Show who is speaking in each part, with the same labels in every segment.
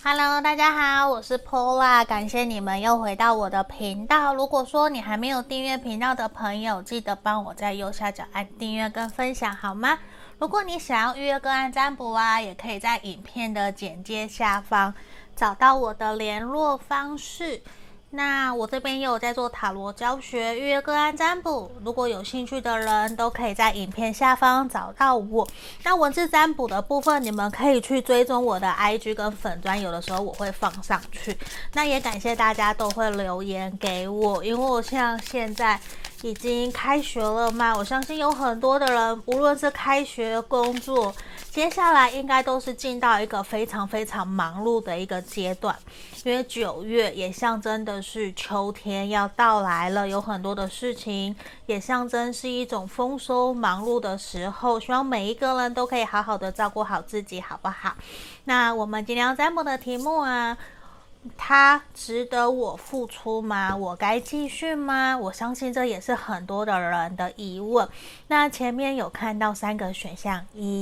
Speaker 1: Hello，大家好，我是 Paula， 感谢你们又回到我的频道。如果说你还没有订阅频道的朋友，记得帮我在右下角按订阅跟分享好吗？如果你想要预约个案占卜啊，也可以在影片的简介下方找到我的联络方式。那我这边也有在做塔罗教学、预约个案占卜，如果有兴趣的人都可以在影片下方找到我。那文字占卜的部分，你们可以去追踪我的 IG 跟粉专，有的时候我会放上去。那也感谢大家都会留言给我，因为我像现在已经开学了嘛，我相信有很多的人，无论是开学、工作，接下来应该都是进到一个非常非常忙碌的一个阶段，因为9月也象征的是秋天要到来了，有很多的事情也象征是一种丰收忙碌的时候，希望每一个人都可以好好的照顾好自己，好不好？那我们今天要占卜的题目啊，他值得我付出吗？我该继续吗？我相信这也是很多的人的疑问。那前面有看到3个选项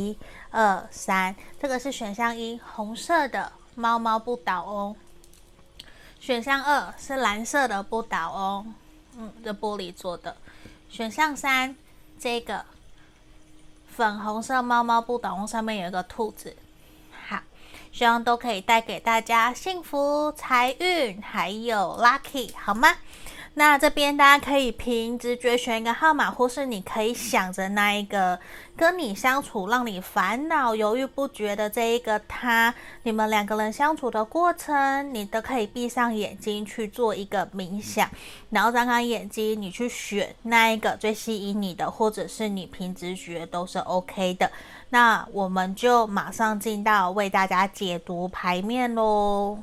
Speaker 1: ，1、2、3，这个是选项1，红色的猫猫不倒翁。选项2是蓝色的不倒翁，这玻璃做的。选项3，这个粉红色猫猫不倒翁，上面有一个兔子。好，希望都可以带给大家幸福、财运，还有 lucky， 好吗？那这边大家可以凭直觉选一个号码，或是你可以想着那一个跟你相处让你烦恼犹豫不决的这一个他，你们2个人相处的过程，你都可以闭上眼睛去做一个冥想，然后张开眼睛，你去选那一个最吸引你的，或者是你凭直觉都是 OK 的。那我们就马上进到为大家解读牌面咯。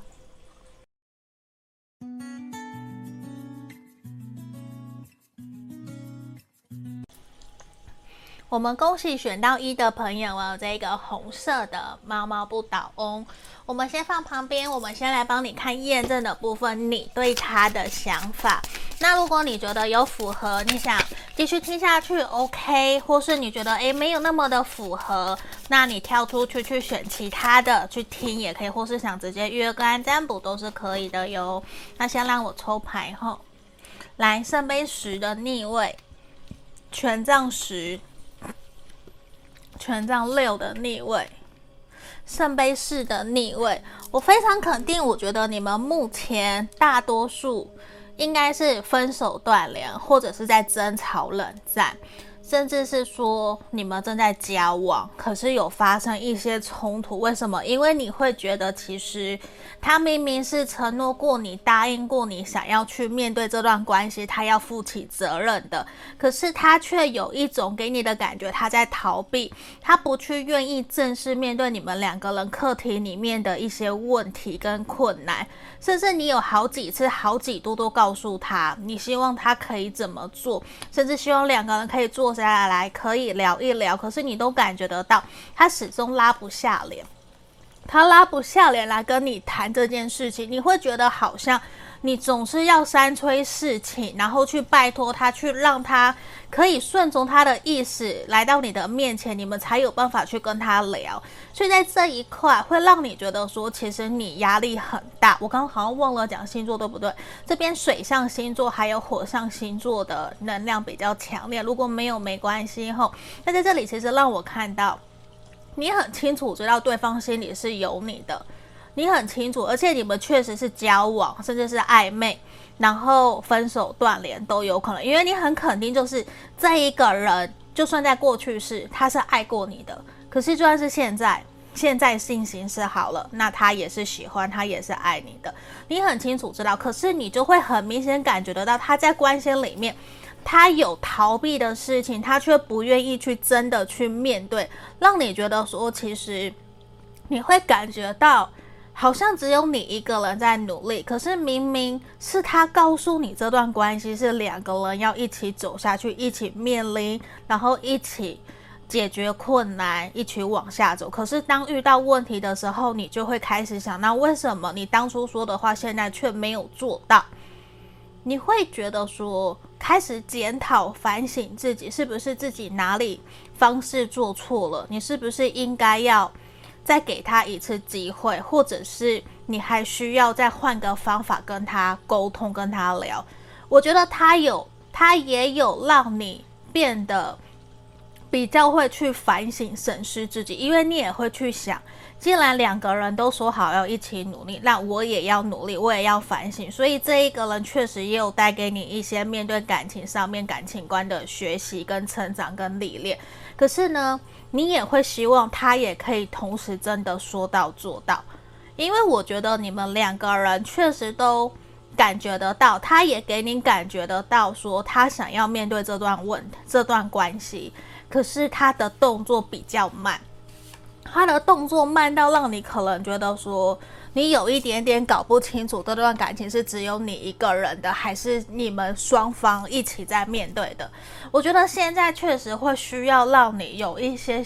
Speaker 1: 我们恭喜选到1的朋友哦，这个红色的猫猫不倒翁，我们先放旁边，我们先来帮你看验证的部分，你对他的想法。那如果你觉得有符合，你想继续听下去 OK， 或是你觉得没有那么的符合，那你跳出去去选其他的去听也可以，或是想直接预约个案占卜都是可以的哟。那先让我抽牌后，来圣杯10的逆位，权杖10，权杖6的逆位，圣杯4的逆位。我非常肯定，我觉得你们目前大多数应该是分手断联，或者是在争吵冷战，甚至是说你们正在交往，可是有发生一些冲突。为什么？因为你会觉得其实他明明是承诺过你、答应过你想要去面对这段关系，他要负起责任的，可是他却有一种给你的感觉他在逃避，他不去愿意正式面对你们2个人课题里面的一些问题跟困难，甚至你有好几次好几度都告诉他你希望他可以怎么做，甚至希望2个人可以坐下来可以聊一聊，可是你都感觉得到他始终拉不下脸，他拉不下脸来跟你谈这件事情，你会觉得好像你总是要三催四请，然后去拜托他，去让他可以顺从他的意思来到你的面前，你们才有办法去跟他聊。所以在这一块会让你觉得说其实你压力很大。我刚刚好像忘了讲星座对不对？这边水象星座还有火象星座的能量比较强烈，如果没有没关系吼。那在这里其实让我看到你很清楚知道对方心里是有你的，你很清楚，而且你们确实是交往，甚至是暧昧，然后分手断联都有可能，因为你很肯定就是这一个人就算在过去式他是爱过你的，可是就算是现在性行是好了，那他也是喜欢，他也是爱你的，你很清楚知道，可是你就会很明显感觉得到他在关系里面他有逃避的事情，他却不愿意去真的去面对，让你觉得说其实你会感觉到好像只有你一个人在努力，可是明明是他告诉你这段关系是2个人要一起走下去，一起面临，然后一起解决困难，一起往下走，可是当遇到问题的时候，你就会开始想，那为什么你当初说的话现在却没有做到？你会觉得说开始检讨反省自己，是不是自己哪里方式做错了，你是不是应该要再给他一次机会，或者是你还需要再换个方法跟他沟通，跟他聊。我觉得他也有让你变得比较会去反省审视自己，因为你也会去想，既然两个人都说好要一起努力，那我也要努力，我也要反省。所以这一个人确实也有带给你一些面对感情上面感情观的学习跟成长跟历练。可是呢，你也会希望他也可以同时真的说到做到，因为我觉得你们两个人确实都感觉得到，他也给你感觉得到说他想要面对这段关系，可是他的动作比较慢，他的动作慢到让你可能觉得说你有一点点搞不清楚这段感情是只有你一个人的，还是你们双方一起在面对的。我觉得现在确实会需要让你有一些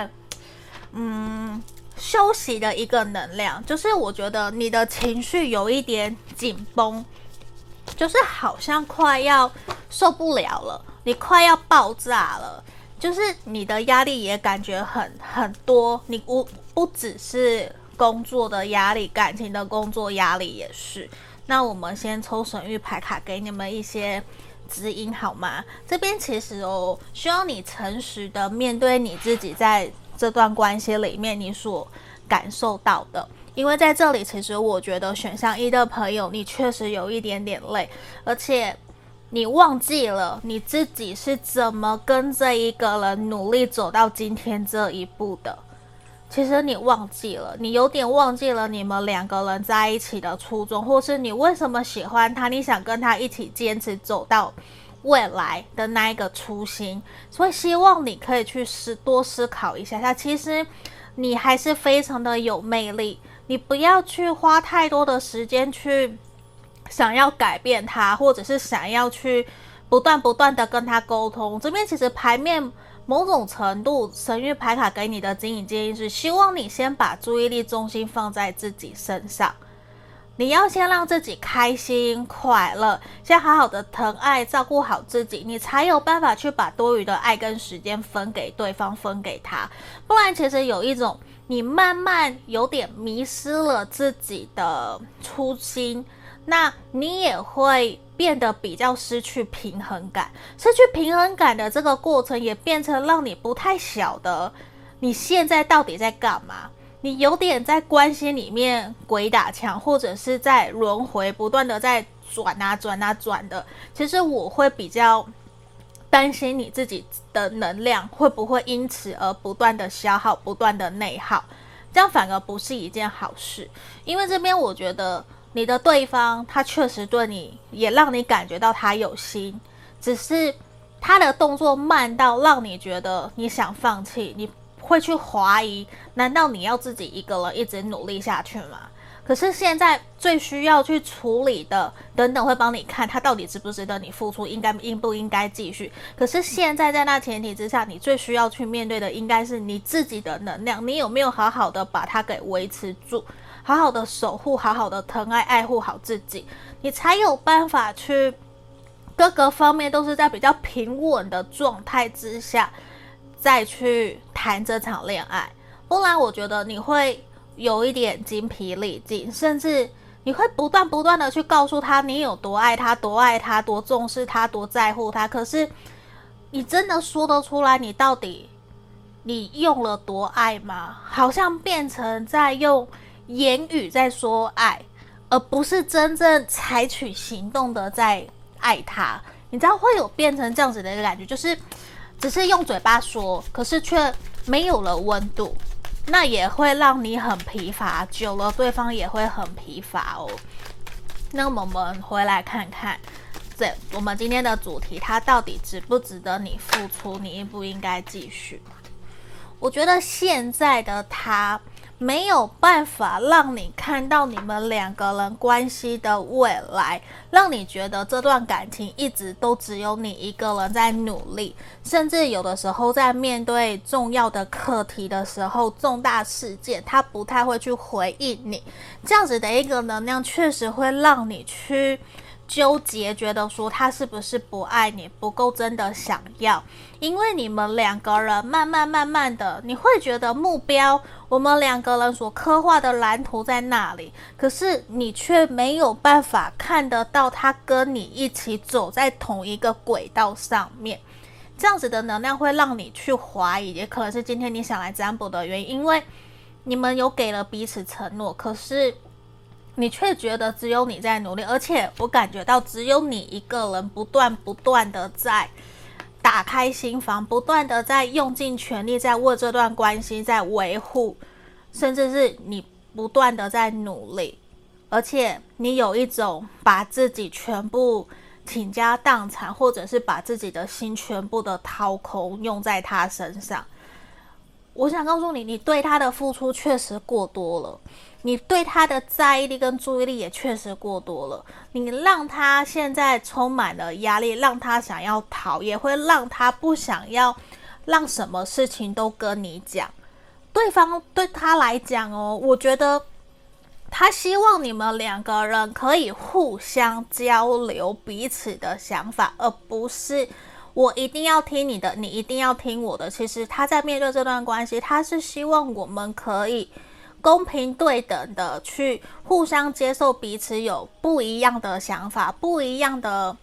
Speaker 1: 休息的一个能量，就是我觉得你的情绪有一点紧绷，就是好像快要受不了了，你快要爆炸了，就是你的压力也感觉很多，你不只是工作的压力，感情的工作压力也是。那我们先抽神谕牌卡给你们一些指引好吗？这边其实需要你诚实的面对你自己在这段关系里面你所感受到的，因为在这里其实我觉得选项1的朋友，你确实有一点点累，而且你忘记了你自己是怎么跟这一个人努力走到今天这一步的。其实你忘记了，你有点忘记了你们两个人在一起的初衷，或是你为什么喜欢他，你想跟他一起坚持走到未来的那一个初心。所以希望你可以去多思考一下，其实你还是非常的有魅力，你不要去花太多的时间去想要改变他，或者是想要去不断的跟他沟通。这边其实牌面某种程度神谕牌卡给你的指引建议是希望你先把注意力中心放在自己身上，你要先让自己开心快乐，先好好的疼爱照顾好自己，你才有办法去把多余的爱跟时间分给对方，分给他。不然其实有一种你慢慢有点迷失了自己的初心，那你也会变得比较失去平衡感，失去平衡感的这个过程也变成让你不太晓得你现在到底在干嘛，你有点在关系里面鬼打墙，或者是在轮回不断的在转的。其实我会比较担心你自己的能量会不会因此而不断的消耗，不断的内耗，这样反而不是一件好事。因为这边我觉得你的对方他确实对你也让你感觉到他有心，只是他的动作慢到让你觉得你想放弃，你会去怀疑难道你要自己一个人一直努力下去吗？可是现在最需要去处理的等等会帮你看他到底值不值得你付出，应不应该继续。可是现在在那前提之下，你最需要去面对的应该是你自己的能量，你有没有好好的把它给维持住，好好的守护，好好的疼爱爱护好自己，你才有办法去各个方面都是在比较平稳的状态之下再去谈这场恋爱。不然我觉得你会有一点精疲力尽，甚至你会不断的去告诉他你有多爱他，多重视他，多在乎他，可是你真的说得出来你到底你用了多爱吗？好像变成在用言语在说爱，而不是真正采取行动的在爱他。你知道会有变成这样子的一个感觉，就是只是用嘴巴说，可是却没有了温度，那也会让你很疲乏，久了对方也会很疲乏哦。那我们回来看看我们今天的主题，它到底值不值得你付出，你应不应该继续。我觉得现在的他没有办法让你看到你们两个人关系的未来，让你觉得这段感情一直都只有你一个人在努力，甚至有的时候在面对重要的课题的时候，重大事件他不太会去回应你，这样子的一个能量确实会让你去纠结，觉得说他是不是不爱你，不够真的想要。因为你们两个人慢慢的，你会觉得目标，我们两个人所刻画的蓝图在那里，可是你却没有办法看得到他跟你一起走在同一个轨道上面。这样子的能量会让你去怀疑，也可能是今天你想来占卜的原因，因为你们有给了彼此承诺，可是你却觉得只有你在努力，而且我感觉到只有你一个人不断的在打开心房，不断的在用尽全力在为这段关系在维护，甚至是你不断的在努力，而且你有一种把自己全部倾家荡产，或者是把自己的心全部的掏空用在他身上。我想告诉你，你对他的付出确实过多了，你对他的在意力跟注意力也确实过多了，你让他现在充满了压力，让他想要逃，也会让他不想要让什么事情都跟你讲。对方对他来讲哦，我觉得他希望你们两个人可以互相交流彼此的想法，而不是我一定要听你的，你一定要听我的。其实他在面对这段关系，他是希望我们可以公平对等的去互相接受彼此有不一样的想法，不一样的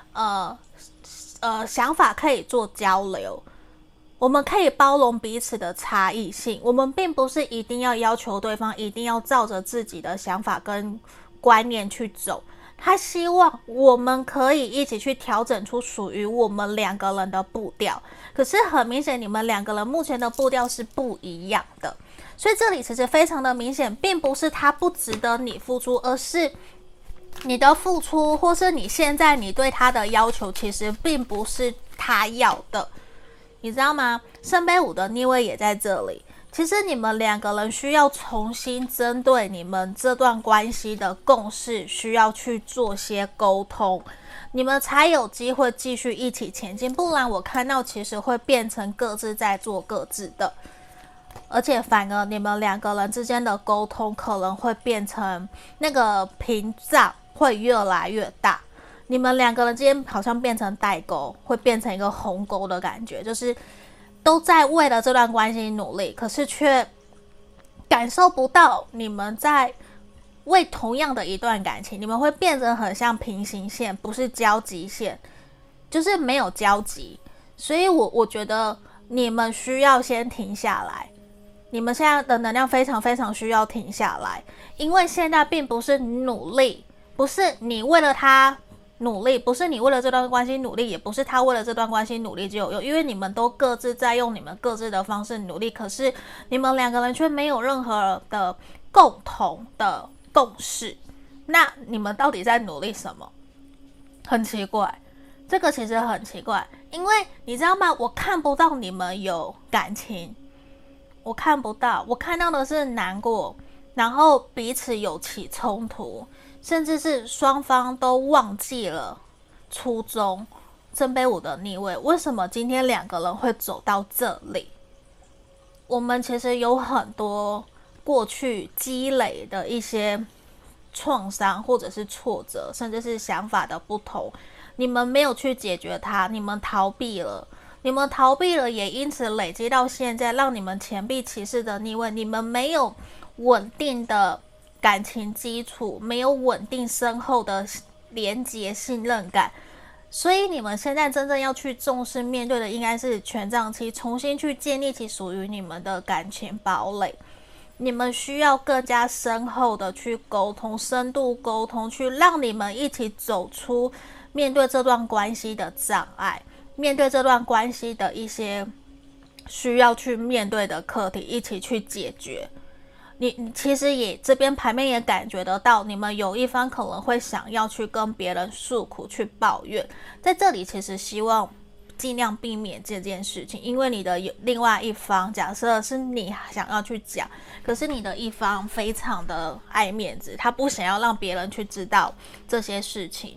Speaker 1: 想法可以做交流。我们可以包容彼此的差异性，我们并不是一定要求对方一定要照着自己的想法跟观念去走，他希望我们可以一起去调整出属于我们两个人的步调。可是很明显，你们两个人目前的步调是不一样的，所以这里其实非常的明显，并不是他不值得你付出，而是你的付出或是你现在你对他的要求其实并不是他要的，你知道吗？圣杯五的逆位也在这里。其实你们两个人需要重新针对你们这段关系的共识，需要去做些沟通，你们才有机会继续一起前进。不然我看到其实会变成各自在做各自的，而且反而你们两个人之间的沟通可能会变成那个屏障会越来越大。你们两个人之间好像变成代沟，会变成一个鸿沟的感觉，就是都在为了这段关系努力，可是却感受不到你们在为同样的一段感情，你们会变成很像平行线，不是交集线，就是没有交集。所以我觉得你们需要先停下来，你们现在的能量非常非常需要停下来，因为现在并不是努力，不是你为了他努力，不是你为了这段关系努力，也不是他为了这段关系努力就有用，因为你们都各自在用你们各自的方式努力，可是你们两个人却没有任何的共同的共识。那你们到底在努力什么？很奇怪，这个其实很奇怪，因为你知道吗？我看不到你们有感情，我看不到，我看到的是难过，然后彼此有起冲突，甚至是双方都忘记了初衷。圣杯五的逆位，为什么今天两个人会走到这里？我们其实有很多过去积累的一些创伤，或者是挫折，甚至是想法的不同，你们没有去解决它，你们逃避了，也因此累积到现在，让你们钱币骑士的逆位，你们没有稳定的感情基础，没有稳定深厚的连结信任感，所以你们现在真正要去重视面对的应该是权杖七，重新去建立起属于你们的感情堡垒。你们需要更加深厚的去沟通，深度沟通，去让你们一起走出面对这段关系的障碍，面对这段关系的一些需要去面对的课题，一起去解决。你其实也这边牌面也感觉得到，你们有一方可能会想要去跟别人诉苦，去抱怨，在这里其实希望尽量避免这件事情，因为你的另外一方，假设是你想要去讲，可是你的一方非常的爱面子，他不想要让别人去知道这些事情。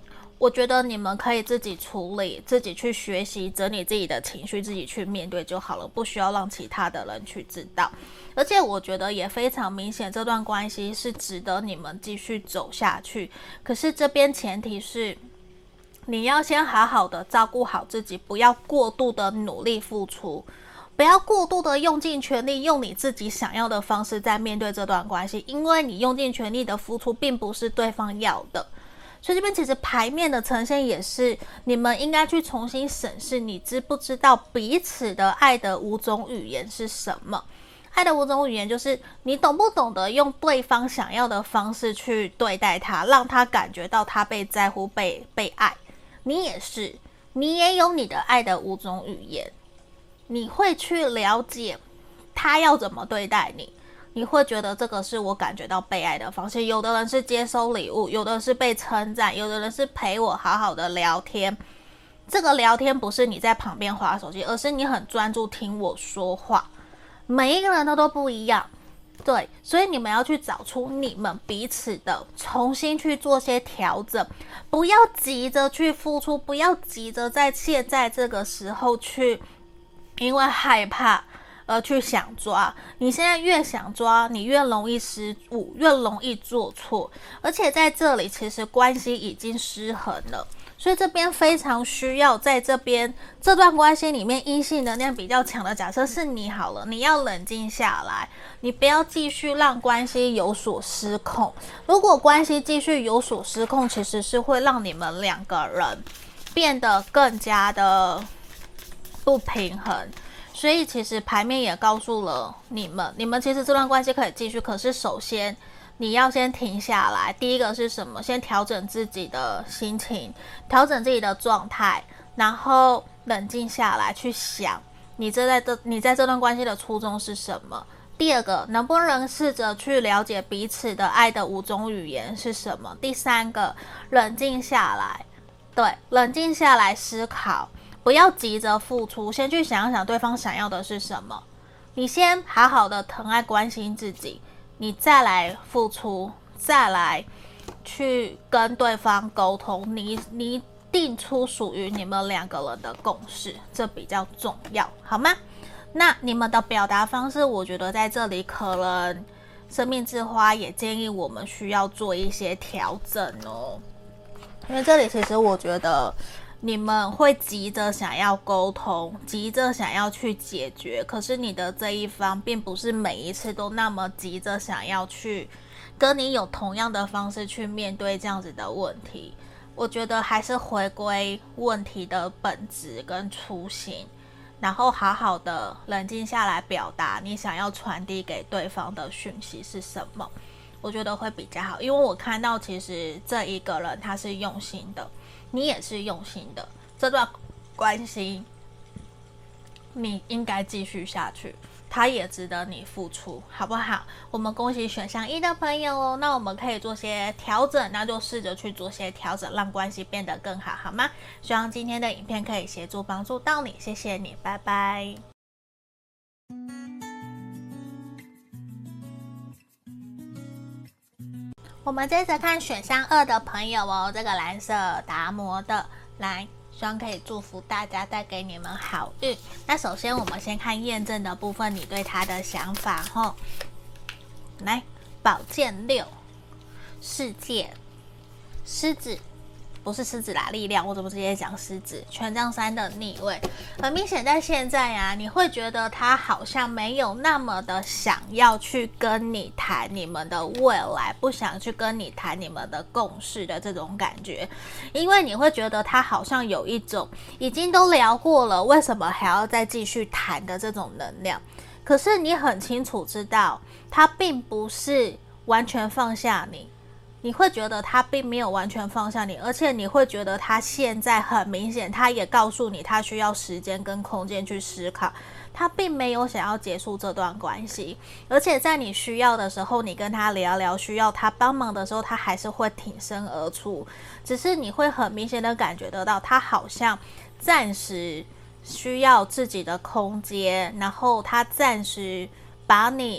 Speaker 1: 我觉得你们可以自己处理，自己去学习整理自己的情绪，自己去面对就好了，不需要让其他的人去知道。而且我觉得也非常明显，这段关系是值得你们继续走下去。可是这边前提是你要先好好的照顾好自己，不要过度的努力付出，不要过度的用尽全力，用你自己想要的方式在面对这段关系，因为你用尽全力的付出并不是对方要的。所以这边其实牌面的呈现也是你们应该去重新审视，你知不知道彼此的爱的五种语言是什么。爱的五种语言就是你懂不懂得用对方想要的方式去对待他，让他感觉到他被在乎、被爱。你也是，你也有你的爱的五种语言，你会去了解他要怎么对待你，你会觉得这个是我感觉到被爱的方式。有的人是接收礼物，有的是被称赞，有的人是陪我好好的聊天。这个聊天不是你在旁边滑手机，而是你很专注听我说话。每一个人都不一样，对，所以你们要去找出你们彼此的，重新去做些调整，不要急着去付出，不要急着在现在这个时候去因为害怕而去想抓。你现在越想抓，你越容易失误，越容易做错，而且在这里其实关系已经失衡了。所以这边非常需要在这段关系里面阴性能量比较强的，假设是你好了，你要冷静下来，你不要继续让关系有所失控。如果关系继续有所失控，其实是会让你们两个人变得更加的不平衡。所以其实牌面也告诉了你们其实这段关系可以继续，可是首先你要先停下来。第一个是什么？先调整自己的心情，调整自己的状态，然后冷静下来去想你在这段关系的初衷是什么。第二个，能不能试着去了解彼此的爱的五种语言是什么。第三个，冷静下来，对，冷静下来思考，不要急着付出，先去想想对方想要的是什么。你先好好的疼爱关心自己，你再来付出，再来去跟对方沟通，你定出属于你们两个人的共识，这比较重要，好吗？那你们的表达方式，我觉得在这里可能生命之花也建议我们需要做一些调整哦。因为这里其实我觉得你们会急着想要沟通，急着想要去解决，可是你的这一方并不是每一次都那么急着想要去跟你有同样的方式去面对这样子的问题。我觉得还是回归问题的本质跟初心，然后好好的冷静下来表达你想要传递给对方的讯息是什么，我觉得会比较好。因为我看到其实这一个人他是用心的，你也是用心的，这段关系你应该继续下去，他也值得你付出，好不好？我们恭喜选项1的朋友哦。那我们可以做些调整，那就试着去做些调整，让关系变得更好，好吗？希望今天的影片可以协助帮助到你，谢谢你，拜拜。我们接着看选项2的朋友哦，这个蓝色达摩的，来，希望可以祝福大家，带给你们好运。那首先我们先看验证的部分，你对他的想法吼。来，宝剑6，世界，狮子，不是狮子啦，力量，我怎么直接讲狮子？权杖3的逆位，很明显在现在啊，你会觉得他好像没有那么的想要去跟你谈你们的未来，不想去跟你谈你们的共识的这种感觉，因为你会觉得他好像有一种已经都聊过了，为什么还要再继续谈的这种能量。可是你很清楚知道，他并不是完全放下你。你会觉得他并没有完全放下你，而且你会觉得他现在很明显，他也告诉你他需要时间跟空间去思考，他并没有想要结束这段关系，而且在你需要的时候，你跟他聊聊，需要他帮忙的时候，他还是会挺身而出，只是你会很明显的感觉得到，他好像暂时需要自己的空间，然后他暂时把你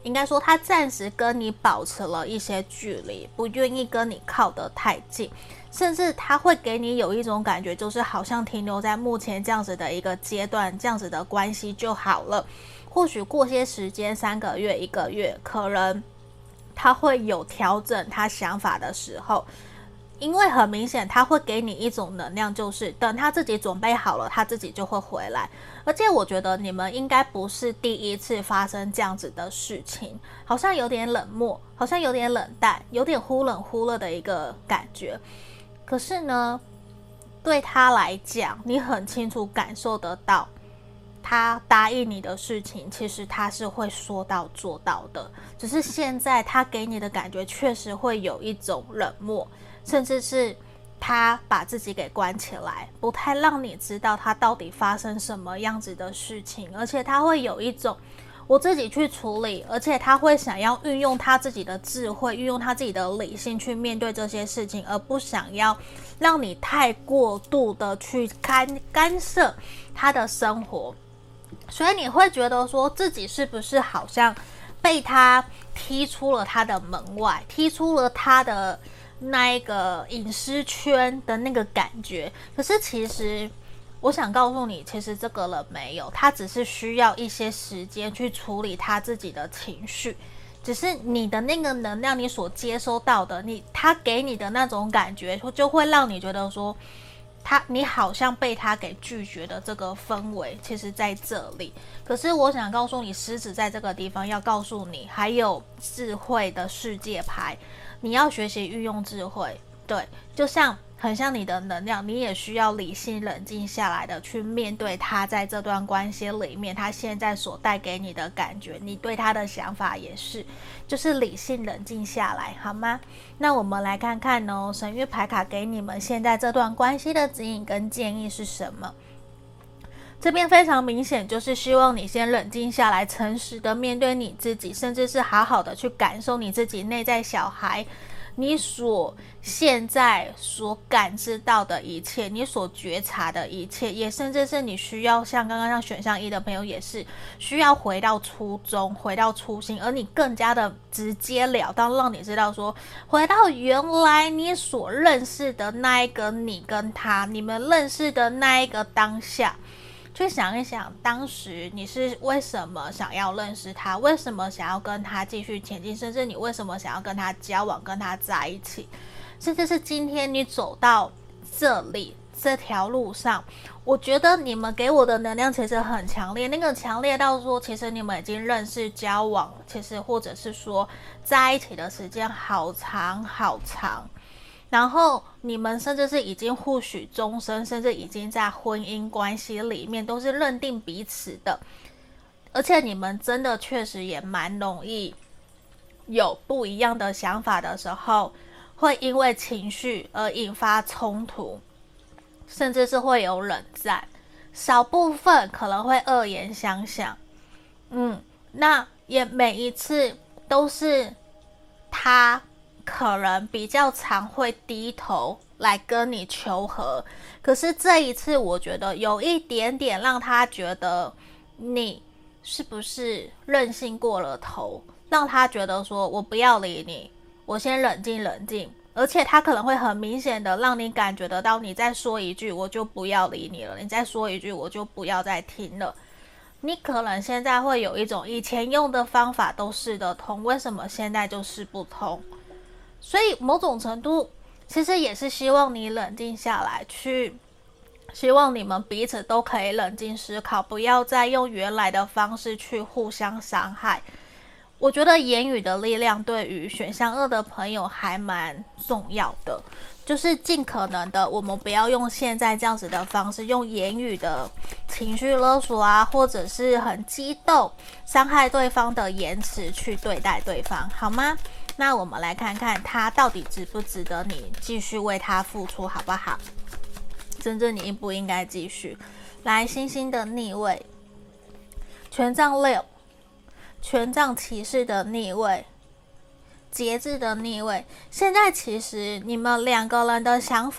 Speaker 1: 应该说他暂时跟你保持了一些距离，不愿意跟你靠得太近，甚至他会给你有一种感觉，就是好像停留在目前这样子的一个阶段，这样子的关系就好了。或许过些时间，3个月、1个月，可能他会有调整他想法的时候。因为很明显他会给你一种能量，就是等他自己准备好了，他自己就会回来。而且我觉得你们应该不是第一次发生这样子的事情，好像有点冷漠，好像有点冷淡，有点忽冷忽热的一个感觉。可是呢，对他来讲，你很清楚感受得到，他答应你的事情，其实他是会说到做到的。只是现在他给你的感觉确实会有一种冷漠，甚至是他把自己给关起来，不太让你知道他到底发生什么样子的事情，而且他会有一种我自己去处理，而且他会想要运用他自己的智慧，运用他自己的理性去面对这些事情，而不想要让你太过度的去干涉他的生活。所以你会觉得说自己是不是好像被他踢出了他的门外，踢出了他的那一个隐私圈的那个感觉。可是其实我想告诉你，其实这个人没有，他只是需要一些时间去处理他自己的情绪，只是你的那个能量，你所接收到的，他给你的那种感觉，就会让你觉得说你好像被他给拒绝的这个氛围，其实在这里。可是我想告诉你，狮子在这个地方要告诉你，还有智慧的世界牌，你要学习运用智慧。对，就像很像你的能量，你也需要理性冷静下来的去面对他在这段关系里面他现在所带给你的感觉，你对他的想法也是，就是理性冷静下来，好吗？那我们来看看哦，神谕牌卡给你们现在这段关系的指引跟建议是什么。这边非常明显，就是希望你先冷静下来，诚实的面对你自己，甚至是好好的去感受你自己内在小孩，你现在所感知到的一切，你所觉察的一切，也甚至是你需要像刚刚像选项1的朋友，也是需要回到初衷，回到初心，而你更加的直截了当，让你知道说，回到原来你所认识的那一个你跟他，你们认识的那一个当下。去想一想，当时你是为什么想要认识他，为什么想要跟他继续前进，甚至你为什么想要跟他交往，跟他在一起，甚至是今天你走到这里这条路上，我觉得你们给我的能量其实很强烈，那个强烈到说，其实你们已经认识交往，其实或者是说在一起的时间好长好长。然后你们甚至是已经互许终身，甚至已经在婚姻关系里面都是认定彼此的，而且你们真的确实也蛮容易有不一样的想法的时候，会因为情绪而引发冲突，甚至是会有冷战，少部分可能会恶言相向。那也每一次都是他可能比较常会低头来跟你求和，可是这一次我觉得有一点点让他觉得你是不是任性过了头，让他觉得说我不要理你，我先冷静冷静，而且他可能会很明显的让你感觉得到，你再说一句我就不要理你了，你再说一句我就不要再听了。你可能现在会有一种以前用的方法都试得通，为什么现在就试不通？所以某种程度其实也是希望你冷静下来，希望你们彼此都可以冷静思考，不要再用原来的方式去互相伤害。我觉得言语的力量对于选项2的朋友还蛮重要的，就是尽可能的我们不要用现在这样子的方式，用言语的情绪勒索啊，或者是很激动伤害对方的言辞去对待对方，好吗？那我们来看看他到底值不值得你继续为他付出，好不好？甚至你应不应该继续？来，星星的逆位，权杖6，权杖骑士的逆位，节制的逆位。现在其实你们2个人的想法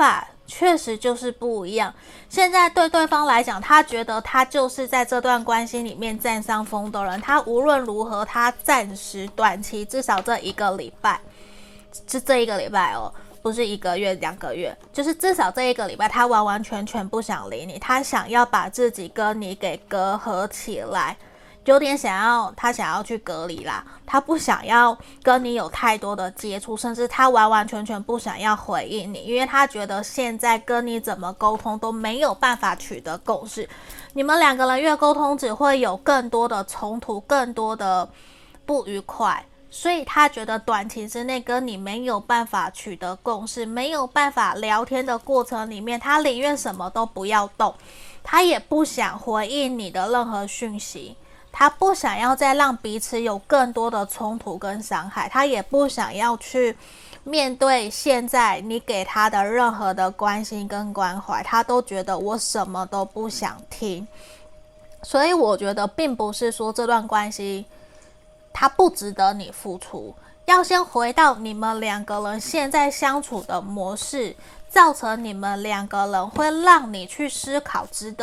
Speaker 1: 确实就是不一样。现在对对方来讲，他觉得他就是在这段关系里面占上风的人，他无论如何，他暂时短期至少这一个礼拜，是这一个礼拜哦，不是1个月2个月，就是至少这一个礼拜，他完完全全不想理你，他想要把自己跟你给隔阂起来，有点他想要去隔离啦，他不想要跟你有太多的接触，甚至他完完全全不想要回应你，因为他觉得现在跟你怎么沟通都没有办法取得共识，你们2个人越沟通只会有更多的冲突，更多的不愉快，所以他觉得短期之内跟你没有办法取得共识，没有办法聊天的过程里面，他宁愿什么都不要动，他也不想回应你的任何讯息，他不想要再让彼此有更多的冲突跟伤害，他也不想要去面对现在你给他的任何的关心跟关怀，他都觉得我什么都不想听。所以我觉得并不是说这段关系他不值得你付出，要先回到你们2个人现在相处的模式，造成你们2个人会让你去思考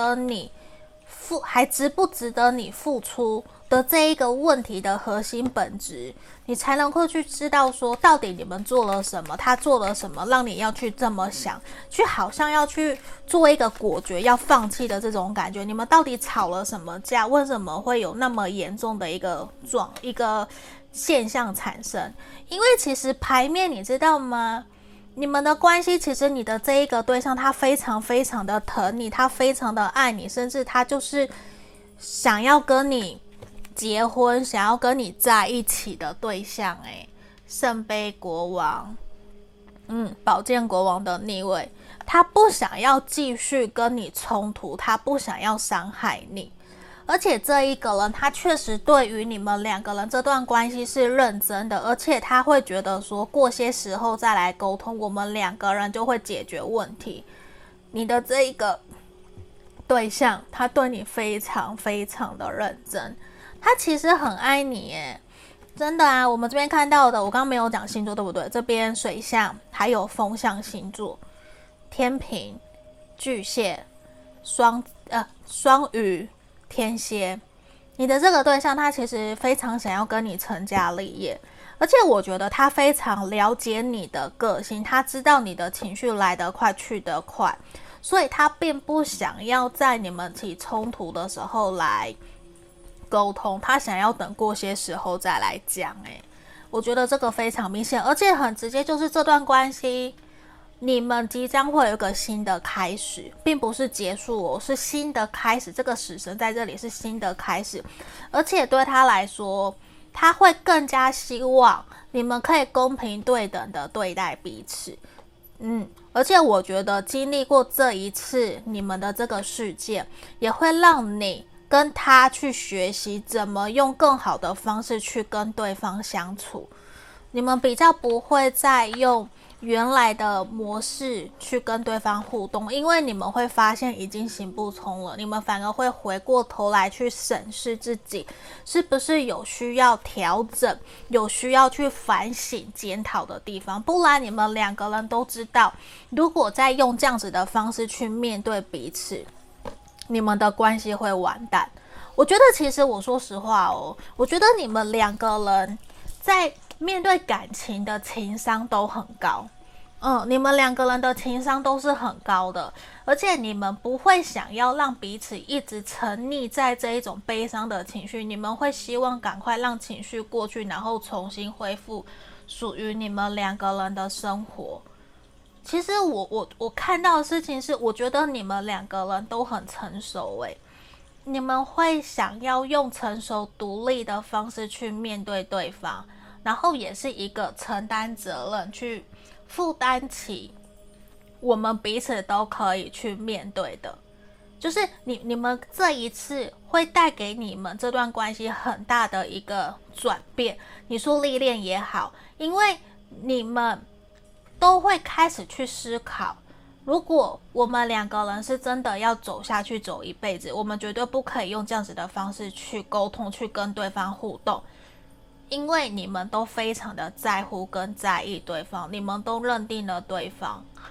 Speaker 1: 还值不值得你付出的这一个问题的核心本质，你才能够去知道说到底你们做了什么，他做了什么让你要去这么想，去好像要去做一个果决要放弃的这种感觉，你们到底吵了什么架，为什么会有那么严重的一个现象产生。因为其实牌面你知道吗，你们的关系其实你的这一个对象他非常非常的疼你，他非常的爱你，甚至他就是想要跟你结婚，想要跟你在一起的对象。圣杯国王，宝剑国王的逆位，他不想要继续跟你冲突，他不想要伤害你，而且这一个人他确实对于你们2个人这段关系是认真的，而且他会觉得说过些时候再来沟通，我们2个人就会解决问题。你的这一个对象他对你非常非常的认真，他其实很爱你耶，真的啊。我们这边看到的，我刚刚没有讲星座对不对，这边水象还有风象星座，天秤、巨蟹、双鱼、天蝎，你的这个对象他其实非常想要跟你成家立业，而且我觉得他非常了解你的个性，他知道你的情绪来得快去得快，所以他并不想要在你们起冲突的时候来沟通，他想要等过些时候再来讲。我觉得这个非常明显，而且很直接，就是这段关系你们即将会有一个新的开始，并不是结束哦，是新的开始。这个死神在这里是新的开始，而且对他来说，他会更加希望你们可以公平对等的对待彼此。而且我觉得经历过这一次你们的这个事件，也会让你跟他去学习怎么用更好的方式去跟对方相处，你们比较不会再用原来的模式去跟对方互动，因为你们会发现已经行不通了，你们反而会回过头来去审视自己是不是有需要调整，有需要去反省检讨的地方，不然你们2个人都知道，如果再用这样子的方式去面对彼此，你们的关系会完蛋。我觉得其实我说实话哦，我觉得你们2个人在面对感情的情商都很高，你们2个人的情商都是很高的，而且你们不会想要让彼此一直沉溺在这一种悲伤的情绪，你们会希望赶快让情绪过去，然后重新恢复属于你们2个人的生活。其实我看到的事情是，我觉得你们2个人都很成熟你们会想要用成熟独立的方式去面对对方，然后也是一个承担责任，去负担起我们彼此都可以去面对的，就是你们这一次会带给你们这段关系很大的一个转变，你说历练也好，因为你们都会开始去思考，如果我们2个人是真的要走下去，走一辈子，我们绝对不可以用这样子的方式去沟通，去跟对方互动，因为你们都非常的在乎跟在意对方，你们都认定了对方，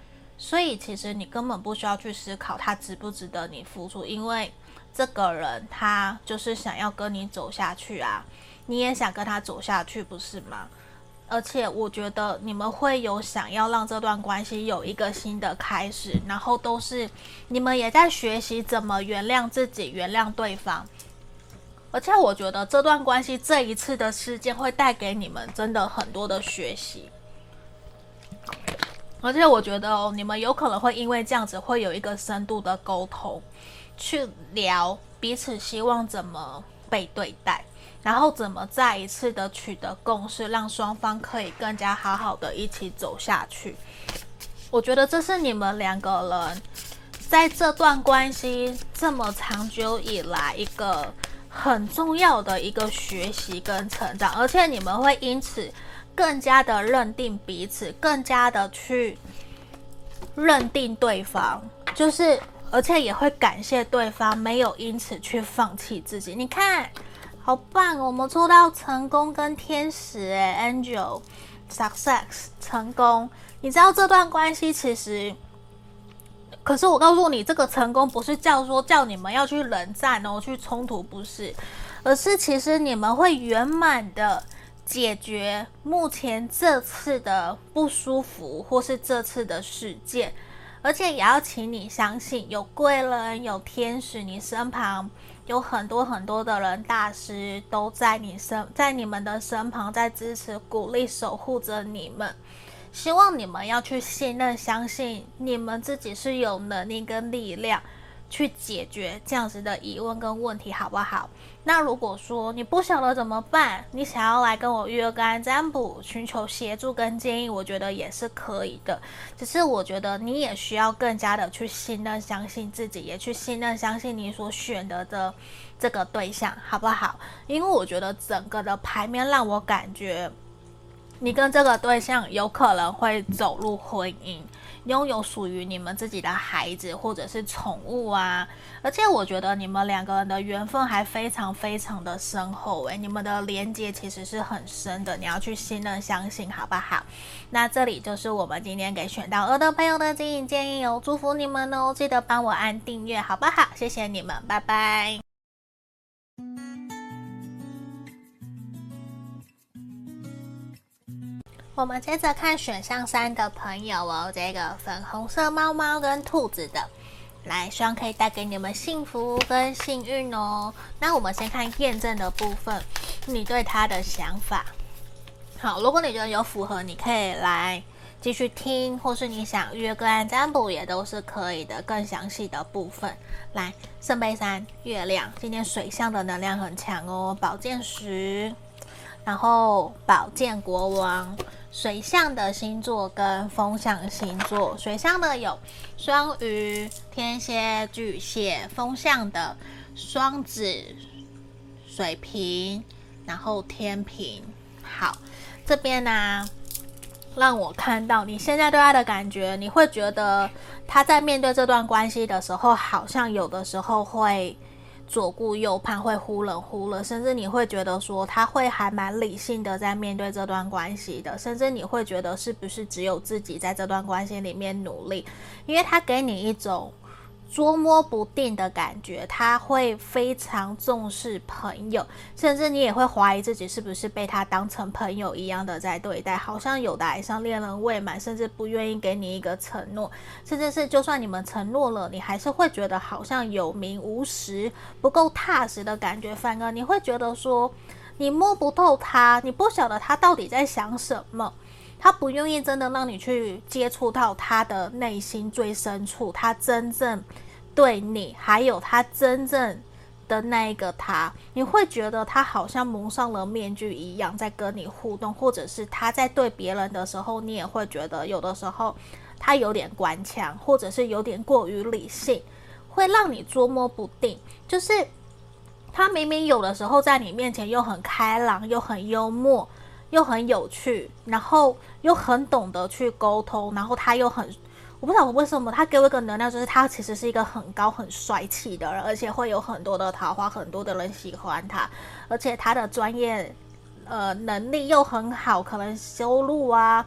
Speaker 1: 所以其实你根本不需要去思考他值不值得你付出，因为这个人他就是想要跟你走下去啊，你也想跟他走下去，不是吗？而且我觉得你们会有想要让这段关系有一个新的开始，然后都是你们也在学习怎么原谅自己，原谅对方。而且我觉得这段关系这一次的事件会带给你们真的很多的学习，而且我觉得你们有可能会因为这样子会有一个深度的沟通，去聊彼此希望怎么被对待，然后怎么再一次的取得共识，让双方可以更加好好的一起走下去。我觉得这是你们两个人在这段关系这么长久以来一个很重要的一个学习跟成长，而且你们会因此更加的认定彼此，更加的去认定对方，就是而且也会感谢对方没有因此去放弃自己。你看好棒哦，我们抽到成功跟天使Angel Success 成功。你知道这段关系其实，可是我告诉你，这个成功不是叫你们要去冷战哦，去冲突，不是，而是其实你们会圆满的解决目前这次的不舒服，或是这次的事件。而且也要请你相信，有贵人，有天使，你身旁有很多很多的人，大师都在你们的身旁，在支持、鼓励、守护着你们。希望你们要去信任、相信你们自己是有能力跟力量去解决这样子的疑问跟问题，好不好？那如果说你不晓得怎么办，你想要来跟我约个案占卜，寻求协助跟建议，我觉得也是可以的。只是我觉得你也需要更加的去信任、相信自己，也去信任、相信你所选择的这个对象，好不好？因为我觉得整个的牌面让我感觉你跟这个对象有可能会走入婚姻，拥有属于你们自己的孩子或者是宠物啊，而且我觉得你们两个人的缘分还非常非常的深厚你们的连结其实是很深的，你要去信任相信，好不好？那这里就是我们今天给选到2的朋友的经营建议哦，祝福你们哦，记得帮我按订阅好不好？谢谢你们，拜拜。我们接着看选项3的朋友哦，这个粉红色猫猫跟兔子的，来，希望可以带给你们幸福跟幸运哦。那我们先看验证的部分，你对他的想法。好，如果你觉得有符合，你可以来继续听，或是你想约个案占卜也都是可以的，更详细的部分。来，圣杯3，月亮，今天水象的能量很强哦，宝剑10，然后宝剑国王。水象的星座跟风象星座，水象的有双鱼、天蝎、巨蟹，风象的双子、水瓶，然后天平。好，这边呢，让我看到你现在对他的感觉，你会觉得他在面对这段关系的时候，好像有的时候会左顾右盼，会忽冷忽热，甚至你会觉得说他会还蛮理性的在面对这段关系的，甚至你会觉得是不是只有自己在这段关系里面努力，因为他给你一种捉摸不定的感觉，他会非常重视朋友，甚至你也会怀疑自己是不是被他当成朋友一样的在对待，好像有的爱上恋人未满，甚至不愿意给你一个承诺，甚至是就算你们承诺了，你还是会觉得好像有名无实，不够踏实的感觉，反而你会觉得说你摸不透他，你不晓得他到底在想什么，他不愿意真的让你去接触到他的内心最深处，他真正对你还有他真正的那一个他，你会觉得他好像蒙上了面具一样在跟你互动，或者是他在对别人的时候，你也会觉得有的时候他有点官腔，或者是有点过于理性，会让你捉摸不定，就是他明明有的时候在你面前又很开朗，又很幽默，又很有趣，然后又很懂得去沟通，然后他又很，我不知道为什么他给我一个能量，就是他其实是一个很高很帅气的人，而且会有很多的桃花，很多的人喜欢他，而且他的专业能力又很好，可能修路啊，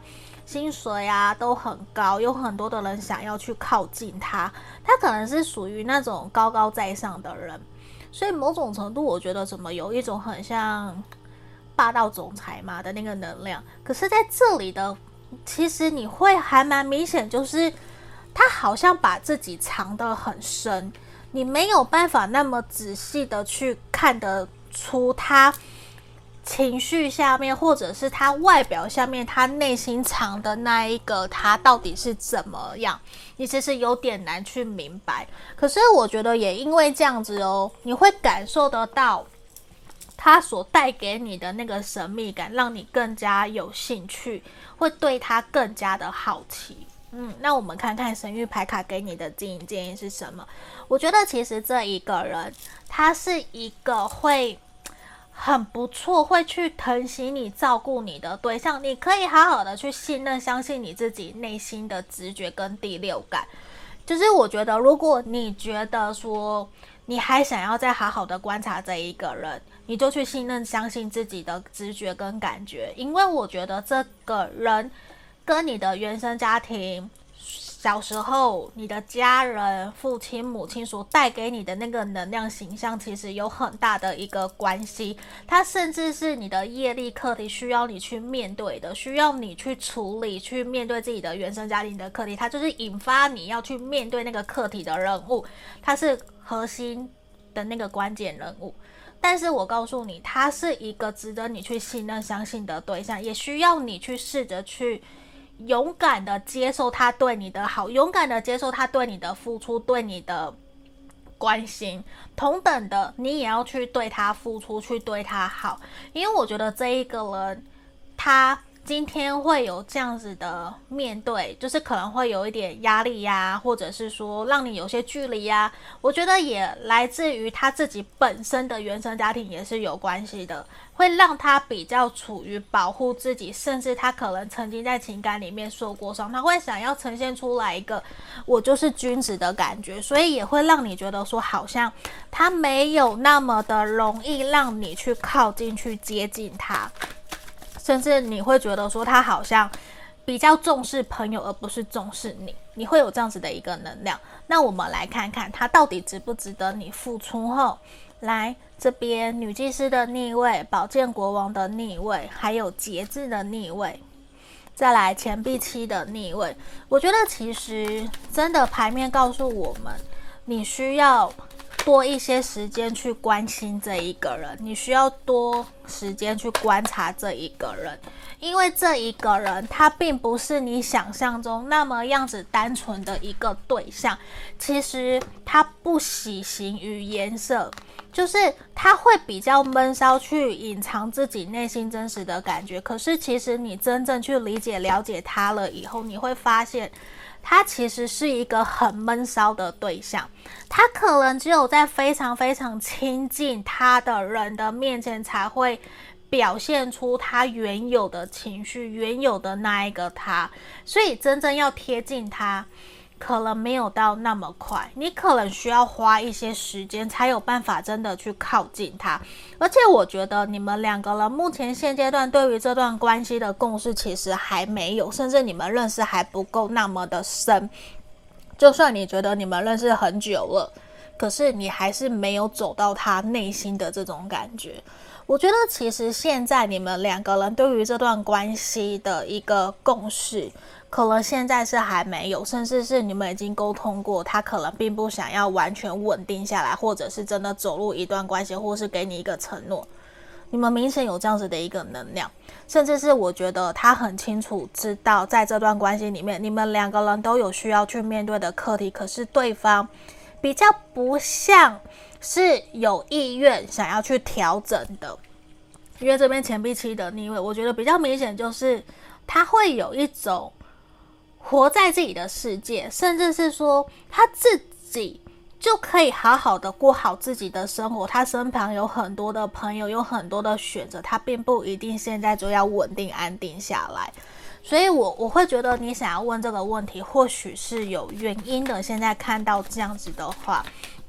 Speaker 1: 薪水啊都很高，有很多的人想要去靠近他，他可能是属于那种高高在上的人，所以某种程度我觉得怎么有一种很像霸道总裁嘛的那个能量。可是在这里的其实你会还蛮明显，就是他好像把自己藏得很深，你没有办法那么仔细的去看得出他情绪下面，或者是他外表下面，他内心藏的那一个他到底是怎么样，你其实有点难去明白。可是我觉得也因为这样子哦，你会感受得到他所带给你的那个神秘感，让你更加有兴趣，会对他更加的好奇。那我们看看神谕牌卡给你的经营建议是什么。我觉得其实这一个人他是一个会很不错，会去疼惜你照顾你的对象，你可以好好的去信任相信你自己内心的直觉跟第六感。就是我觉得如果你觉得说你还想要再好好的观察这一个人，你就去信任相信自己的直觉跟感觉。因为我觉得这个人跟你的原生家庭，小时候你的家人父亲母亲所带给你的那个能量形象其实有很大的一个关系，它甚至是你的业力课题需要你去面对的，需要你去处理去面对自己的原生家庭的课题，它就是引发你要去面对那个课题的人物，它是核心的那个关键人物。但是我告诉你，他是一个值得你去信任相信的对象，也需要你去试着去勇敢的接受他对你的好，勇敢的接受他对你的付出，对你的关心，同等的你也要去对他付出，去对他好。因为我觉得这一个人他今天会有这样子的面对，就是可能会有一点压力呀，或者是说让你有些距离呀，我觉得也来自于他自己本身的原生家庭也是有关系的，会让他比较处于保护自己，甚至他可能曾经在情感里面受过伤，他会想要呈现出来一个我就是君子的感觉，所以也会让你觉得说好像他没有那么的容易让你去靠近去接近他，甚至你会觉得说他好像比较重视朋友而不是重视你，你会有这样子的一个能量。那我们来看看他到底值不值得你付出后。来这边女祭司的逆位，宝剑国王的逆位，还有节制的逆位，再来钱币七的逆位。我觉得其实真的牌面告诉我们，你需要多一些时间去关心这一个人，你需要多时间去观察这一个人，因为这一个人他并不是你想象中那么样子单纯的一个对象，其实他不喜形于颜色，就是他会比较闷骚，去隐藏自己内心真实的感觉。可是其实你真正去理解了解他了以后，你会发现他其实是一个很闷骚的对象，他可能只有在非常非常亲近他的人的面前才会表现出他原有的情绪，原有的那一个他，所以真正要贴近他可能没有到那么快，你可能需要花一些时间才有办法真的去靠近他。而且我觉得你们两个人目前现阶段对于这段关系的共识其实还没有，甚至你们认识还不够那么的深。就算你觉得你们认识很久了，可是你还是没有走到他内心的这种感觉。我觉得其实现在你们两个人对于这段关系的一个共识可能现在是还没有，甚至是你们已经沟通过，他可能并不想要完全稳定下来，或者是真的走入一段关系，或是给你一个承诺。你们明显有这样子的一个能量，甚至是我觉得他很清楚知道在这段关系里面你们两个人都有需要去面对的课题，可是对方比较不像是有意愿想要去调整的。因为这边钱币七的逆位，我觉得比较明显就是他会有一种活在自己的世界，甚至是说他自己就可以好好的过好自己的生活，他身旁有很多的朋友，有很多的选择，他并不一定现在就要稳定安定下来。所以我会觉得你想要问这个问题或许是有原因的，现在看到这样子的话，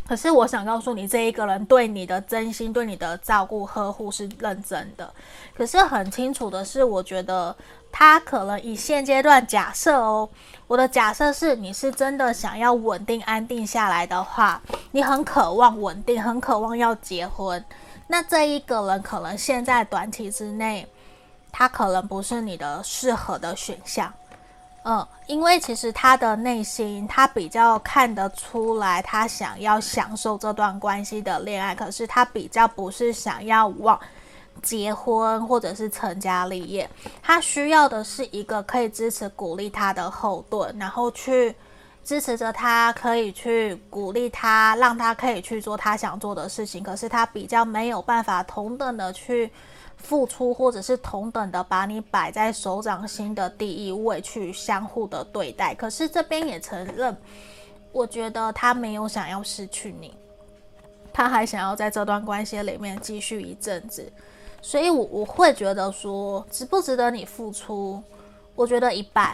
Speaker 1: 可是我想告诉你，这一个人对你的真心、对你的照顾、呵护是认真的。可是很清楚的是，我觉得他可能以现阶段假设我的假设是你是真的想要稳定安定下来的话，你很渴望稳定，很渴望要结婚。那这一个人可能现在短期之内，他可能不是你的适合的选项。因为其实他的内心，他比较看得出来，他想要享受这段关系的恋爱，可是他比较不是想要往结婚或者是成家立业，他需要的是一个可以支持鼓励他的后盾，然后去支持着他，可以去鼓励他，让他可以去做他想做的事情，可是他比较没有办法同等的去付出，或者是同等的把你摆在手掌心的第一位去相互的对待。可是这边也承认，我觉得他没有想要失去你，他还想要在这段关系里面继续一阵子。所以我会觉得说，值不值得你付出，我觉得一半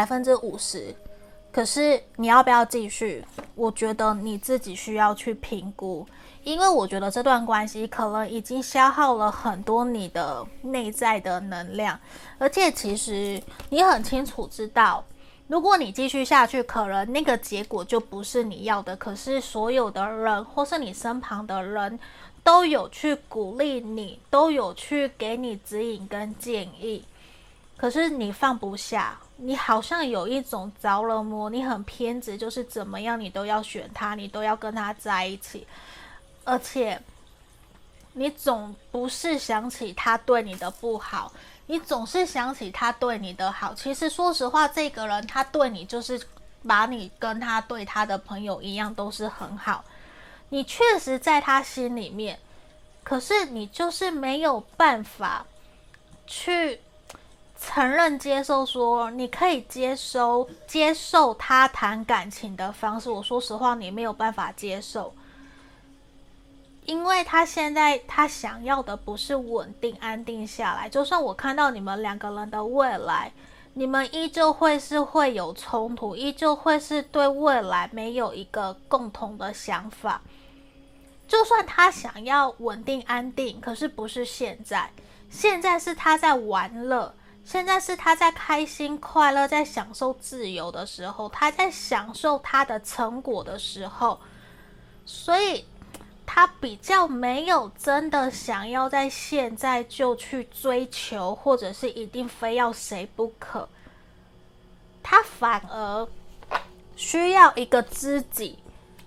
Speaker 1: 50%，可是你要不要继续，我觉得你自己需要去评估。因为我觉得这段关系可能已经消耗了很多你的内在的能量，而且其实你很清楚知道，如果你继续下去，可能那个结果就不是你要的。可是所有的人或是你身旁的人都有去鼓励你，都有去给你指引跟建议，可是你放不下，你好像有一种着了魔，你很偏执，就是怎么样你都要选他，你都要跟他在一起。而且你总不是想起他对你的不好，你总是想起他对你的好。其实说实话，这个人他对你就是把你跟他对他的朋友一样，都是很好。你确实在他心里面，可是你就是没有办法去承认接受说你可以接受他谈感情的方式。我说实话，你没有办法接受，因为他现在他想要的不是稳定安定下来。就算我看到你们两个人的未来，你们依旧会有冲突，依旧会是对未来没有一个共同的想法。就算他想要稳定安定，可是不是现在，现在是他在玩乐，现在是他在开心快乐，在享受自由的时候，他在享受他的成果的时候，所以他比较没有真的想要在现在就去追求，或者是一定非要谁不可，他反而需要一个知己，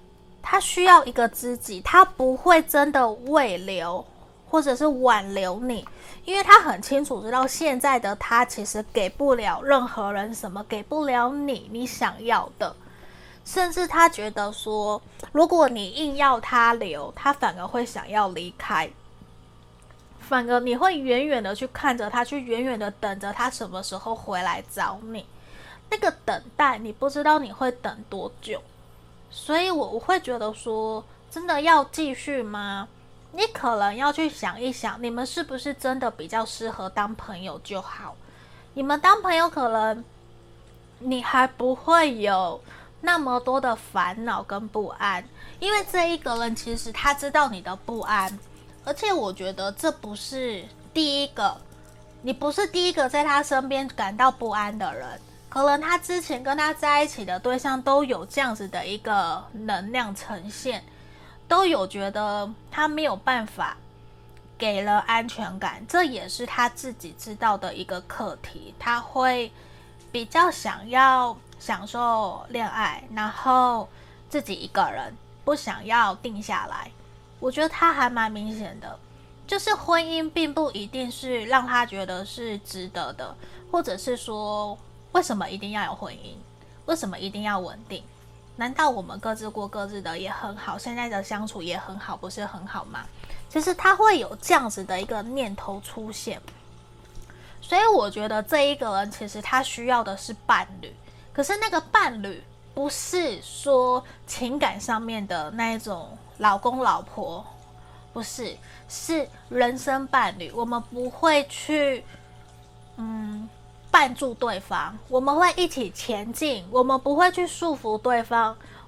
Speaker 1: 他不会真的慰留或者是挽留你，因为他很清楚知道现在的他其实给不了任何人什么，给不了你想要的。甚至他觉得说，如果你硬要他留，他反而会想要离开，反而你会远远的去看着他，去远远的等着他什么时候回来找你。那个等待，你不知道你会等多久。所以我会觉得说，真的要继续吗？你可能要去想一想，你们是不是真的比较适合当朋友就好。你们当朋友，可能你还不会有那么多的烦恼跟不安，因为这一个人其实他知道你的不安，而且我觉得这不是第一个，你不是第一个在他身边感到不安的人，可能他之前跟他在一起的对象都有这样子的一个能量呈现，都有觉得他没有办法给了安全感，这也是他自己知道的一个课题。他会比较想要享受恋爱，然后自己一个人，不想要定下来。我觉得他还蛮明显的，就是婚姻并不一定是让他觉得是值得的，或者是说为什么一定要有婚姻，为什么一定要稳定，难道我们各自过各自的也很好，现在的相处也很好，不是很好吗？其实他会有这样子的一个念头出现。所以我觉得这一个人其实他需要的是伴侣，可是那个伴侣不是说情感上面的那一种老公老婆，不是，是人生伴侣。我们不会去绊住对方，我们会一起前进，我们不会去束缚对方，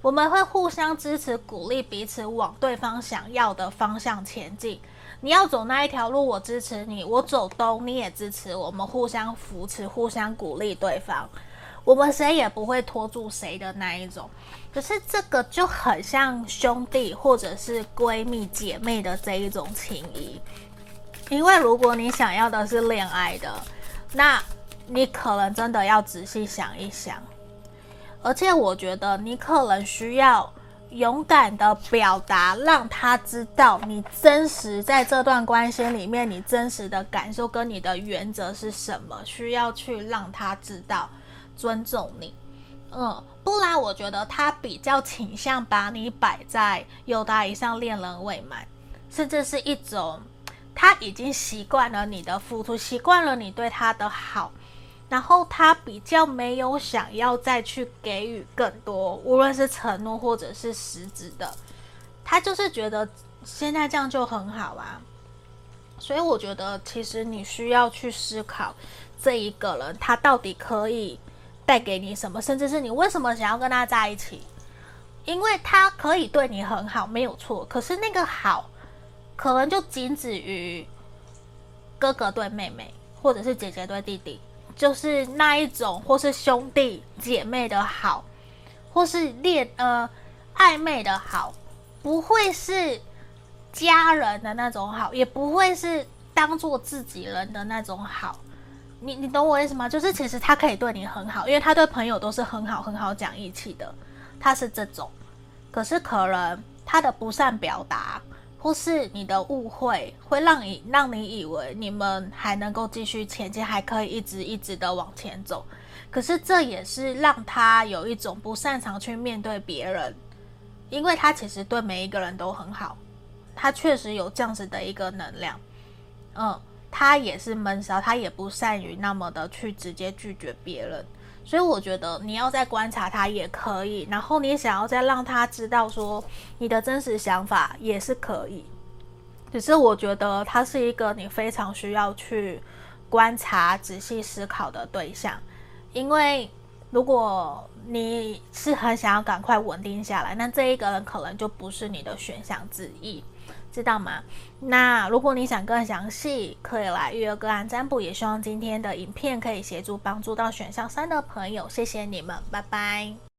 Speaker 1: 我们会互相支持鼓励彼此往对方想要的方向前进。你要走那一条路，我支持你，我走东你也支持我，们互相扶持，互相鼓励对方，我们谁也不会拖住谁的那一种。可是这个就很像兄弟或者是闺蜜姐妹的这一种情谊。因为如果你想要的是恋爱的，那你可能真的要仔细想一想，而且我觉得你可能需要勇敢的表达，让他知道你真实在这段关系里面，你真实的感受跟你的原则是什么，需要去让他知道，尊重你。不然我觉得他比较倾向把你摆在友达以上恋人未满，甚至是一种他已经习惯了你的付出，习惯了你对他的好，然后他比较没有想要再去给予更多，无论是承诺或者是实质的，他就是觉得现在这样就很好啊。所以我觉得其实你需要去思考这一个人他到底可以带给你什么，甚至是你为什么想要跟他在一起。因为他可以对你很好没有错，可是那个好可能就仅止于哥哥对妹妹，或者是姐姐对弟弟，就是那一种，或是兄弟姐妹的好，或是暧昧的好，不会是家人的那种好，也不会是当做自己人的那种好。你懂我意思吗？就是其实他可以对你很好，因为他对朋友都是很好讲义气的，他是这种。可是可能他的不善表达，或是你的误会，会让你以为你们还能够继续前进，还可以一直的往前走。可是这也是让他有一种不擅长去面对别人，因为他其实对每一个人都很好，他确实有这样子的一个能量。他也是闷骚，他也不善于那么的去直接拒绝别人。所以我觉得你要再观察他也可以，然后你想要再让他知道说你的真实想法也是可以。只是我觉得他是一个你非常需要去观察仔细思考的对象，因为如果你是很想要赶快稳定下来，那这一个人可能就不是你的选项之一，知道吗？那如果你想更详细，可以来预约个案占卜，也希望今天的影片可以协助帮助到选项3的朋友，谢谢你们，拜拜。